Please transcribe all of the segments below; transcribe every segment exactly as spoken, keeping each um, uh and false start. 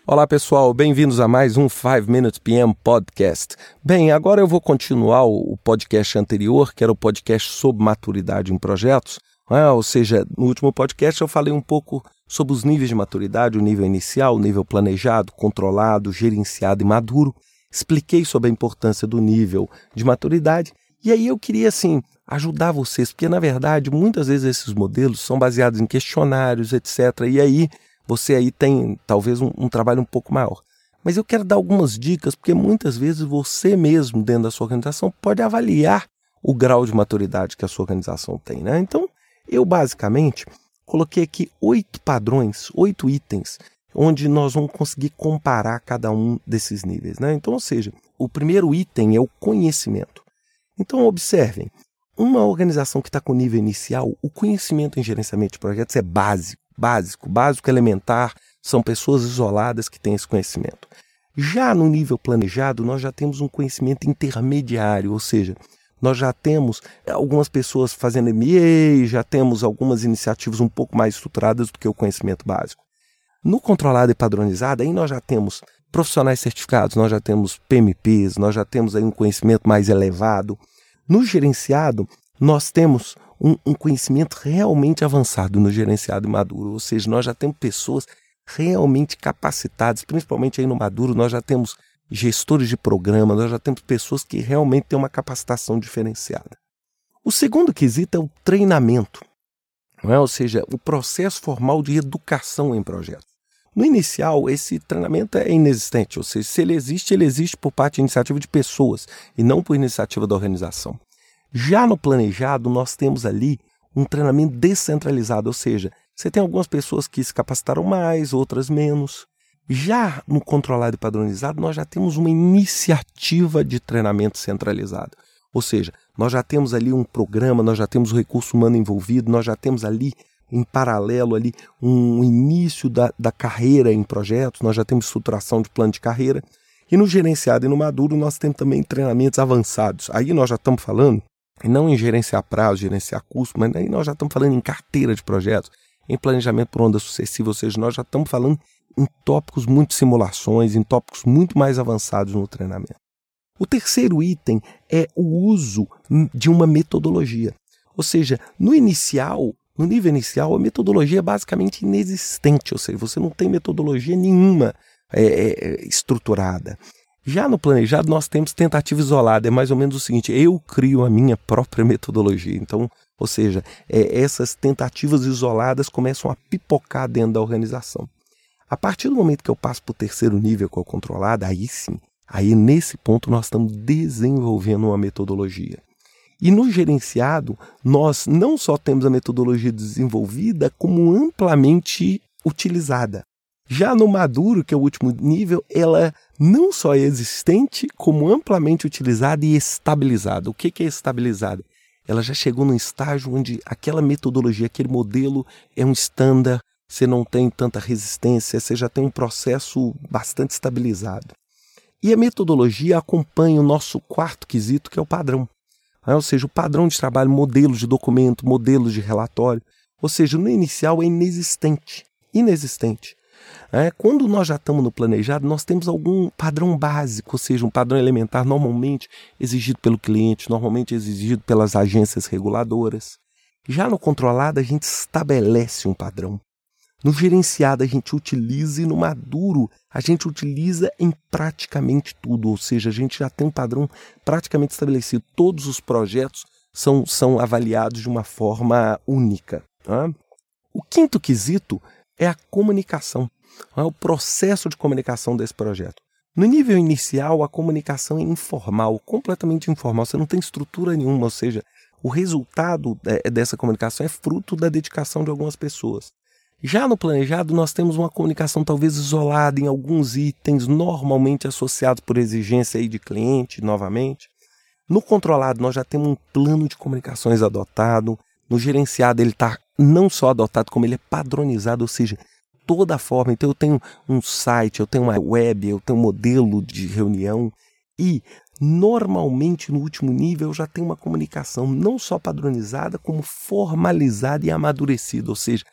Olá pessoal, bem-vindos a mais um five minutes P M Podcast. Bem, agora eu vou continuar o podcast anterior, que era o podcast sobre maturidade em projetos. Ah, ou seja, no último podcast eu falei um pouco sobre os níveis de maturidade, o nível inicial, o nível planejado, controlado, gerenciado e maduro. Expliquei sobre a importância do nível de maturidade e aí eu queria, assim, ajudar vocês, porque na verdade muitas vezes esses modelos são baseados em questionários, etcétera. E aí você aí tem talvez um, um trabalho um pouco maior. Mas eu quero dar algumas dicas, porque muitas vezes você mesmo, dentro da sua organização, pode avaliar o grau de maturidade que a sua organização tem, né? Então, eu basicamente coloquei aqui oito padrões, oito itens, onde nós vamos conseguir comparar cada um desses níveis, né? Então, ou seja, o primeiro item é o conhecimento. Então, observem, uma organização que está com nível inicial, o conhecimento em gerenciamento de projetos é básico. Básico, básico, elementar, são pessoas isoladas que têm esse conhecimento. Já no nível planejado, nós já temos um conhecimento intermediário, ou seja, nós já temos algumas pessoas fazendo M B A, já temos algumas iniciativas um pouco mais estruturadas do que o conhecimento básico. No controlado e padronizado, aí nós já temos profissionais certificados, nós já temos P M Ps, nós já temos aí um conhecimento mais elevado. No gerenciado, nós temos um, um conhecimento realmente avançado no gerenciado e maduro, ou seja, nós já temos pessoas realmente capacitadas, principalmente aí no maduro, nós já temos gestores de programa, nós já temos pessoas que realmente têm uma capacitação diferenciada. O segundo quesito é o treinamento, não é? Ou seja, o processo formal de educação em projetos. No inicial, esse treinamento é inexistente, ou seja, se ele existe, ele existe por parte de iniciativa de pessoas e não por iniciativa da organização. Já no planejado, nós temos ali um treinamento descentralizado, ou seja, você tem algumas pessoas que se capacitaram mais, outras menos. Já no controlado e padronizado, nós já temos uma iniciativa de treinamento centralizado. Ou seja, nós já temos ali um programa, nós já temos o recurso humano envolvido, nós já temos ali, em paralelo, ali, um início da, da carreira em projetos, nós já temos estruturação de plano de carreira. E no gerenciado e no maduro, nós temos também treinamentos avançados. Aí nós já estamos falando, não em gerenciar prazo, gerenciar custo, mas aí nós já estamos falando em carteira de projetos, em planejamento por onda sucessiva, ou seja, nós já estamos falando em tópicos muito simulações, em tópicos muito mais avançados no treinamento. O terceiro item é o uso de uma metodologia. Ou seja, no inicial, no nível inicial, a metodologia é basicamente inexistente, ou seja, você não tem metodologia nenhuma é, é, estruturada. Já no planejado, nós temos tentativa isolada, é mais ou menos o seguinte, eu crio a minha própria metodologia. Então, ou seja, é, essas tentativas isoladas começam a pipocar dentro da organização. A partir do momento que eu passo para o terceiro nível, que é o controlado, aí sim, aí nesse ponto nós estamos desenvolvendo uma metodologia. E no gerenciado, nós não só temos a metodologia desenvolvida, como amplamente utilizada. Já no maduro, que é o último nível, ela não só é existente, como amplamente utilizada e estabilizada. O que é estabilizada? Ela já chegou num estágio onde aquela metodologia, aquele modelo é um estándar, você não tem tanta resistência, você já tem um processo bastante estabilizado. E a metodologia acompanha o nosso quarto quesito, que é o padrão. Ou seja, o padrão de trabalho, modelos de documento, modelos de relatório. Ou seja, no inicial é inexistente. Inexistente. É, quando nós já estamos no planejado, nós temos algum padrão básico, ou seja, um padrão elementar normalmente exigido pelo cliente, normalmente exigido pelas agências reguladoras. Já no controlado, a gente estabelece um padrão. No gerenciado, a gente utiliza e no maduro, a gente utiliza em praticamente tudo, ou seja, a gente já tem um padrão praticamente estabelecido. Todos os projetos são, são avaliados de uma forma única. Tá? O quinto quesito é a comunicação, é o processo de comunicação desse projeto. No nível inicial, a comunicação é informal, completamente informal, você não tem estrutura nenhuma, ou seja, o resultado dessa comunicação é fruto da dedicação de algumas pessoas. Já no planejado, nós temos uma comunicação talvez isolada em alguns itens, normalmente associados por exigência aí de cliente, novamente. No controlado, nós já temos um plano de comunicações adotado. No gerenciado, ele está não só adotado, como ele é padronizado, ou seja, toda a forma. Então, eu tenho um site, eu tenho uma web, eu tenho um modelo de reunião e, normalmente, no último nível, eu já tenho uma comunicação não só padronizada, como formalizada e amadurecida, ou seja,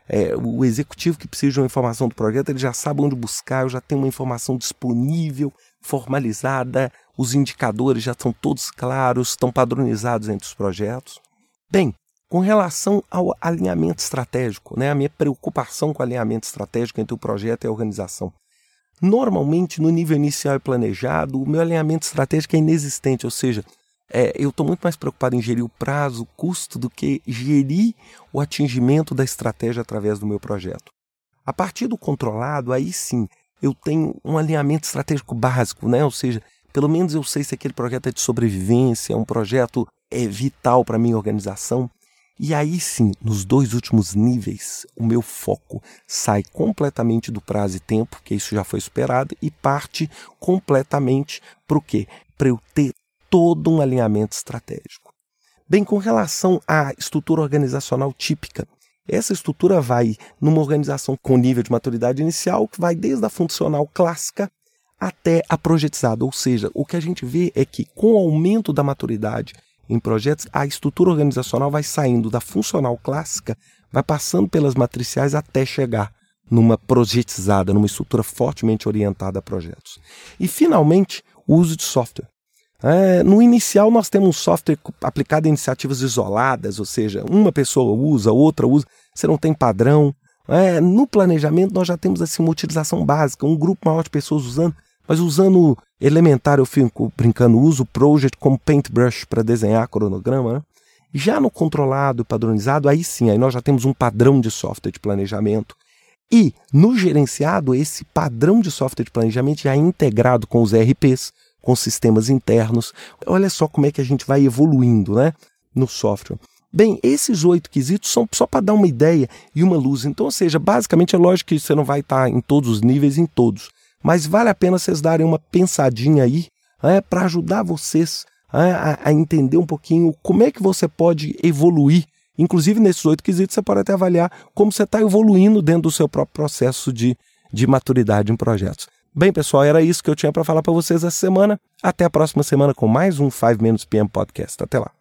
É, o executivo que precisa de uma informação do projeto, ele já sabe onde buscar, eu já tenho uma informação disponível, formalizada, os indicadores já estão todos claros, estão padronizados entre os projetos. Bem, com relação ao alinhamento estratégico, né, a minha preocupação com o alinhamento estratégico entre o projeto e a organização. Normalmente, no nível inicial e planejado, o meu alinhamento estratégico é inexistente, ou seja, é, eu estou muito mais preocupado em gerir o prazo, o custo, do que gerir o atingimento da estratégia através do meu projeto. A partir do controlado, aí sim, eu tenho um alinhamento estratégico básico, né? Ou seja, pelo menos eu sei se aquele projeto é de sobrevivência, é um projeto é vital para a minha organização. E aí sim, nos dois últimos níveis, o meu foco sai completamente do prazo e tempo, que isso já foi superado, e parte completamente para o quê? Para eu ter todo um alinhamento estratégico. Bem, com relação à estrutura organizacional típica, essa estrutura vai numa organização com nível de maturidade inicial, que vai desde a funcional clássica até a projetizada, ou seja, o que a gente vê é que com o aumento da maturidade em projetos, a estrutura organizacional vai saindo da funcional clássica, vai passando pelas matriciais até chegar numa projetizada, numa estrutura fortemente orientada a projetos. E, finalmente, o uso de software. É, no inicial, nós temos um software aplicado em iniciativas isoladas, ou seja, uma pessoa usa, outra usa, você não tem padrão. É, no planejamento, nós já temos assim, uma utilização básica, um grupo maior de pessoas usando, mas usando elementar, eu fico brincando, uso o Project como paintbrush para desenhar cronograma. Né? Já no controlado e padronizado, aí sim, aí nós já temos um padrão de software de planejamento. E no gerenciado, esse padrão de software de planejamento já é integrado com os E R Ps, com sistemas internos. Olha só como é que a gente vai evoluindo, né, no software. Bem, esses oito quesitos são só para dar uma ideia e uma luz. Então, ou seja, basicamente é lógico que você não vai estar em todos os níveis, em todos. Mas vale a pena vocês darem uma pensadinha aí é, para ajudar vocês é, a, a entender um pouquinho como é que você pode evoluir. Inclusive, nesses oito quesitos, você pode até avaliar como você está evoluindo dentro do seu próprio processo de, de maturidade em projetos. Bem, pessoal, era isso que eu tinha para falar para vocês essa semana. Até a próxima semana com mais um five minutes P M Podcast. Até lá.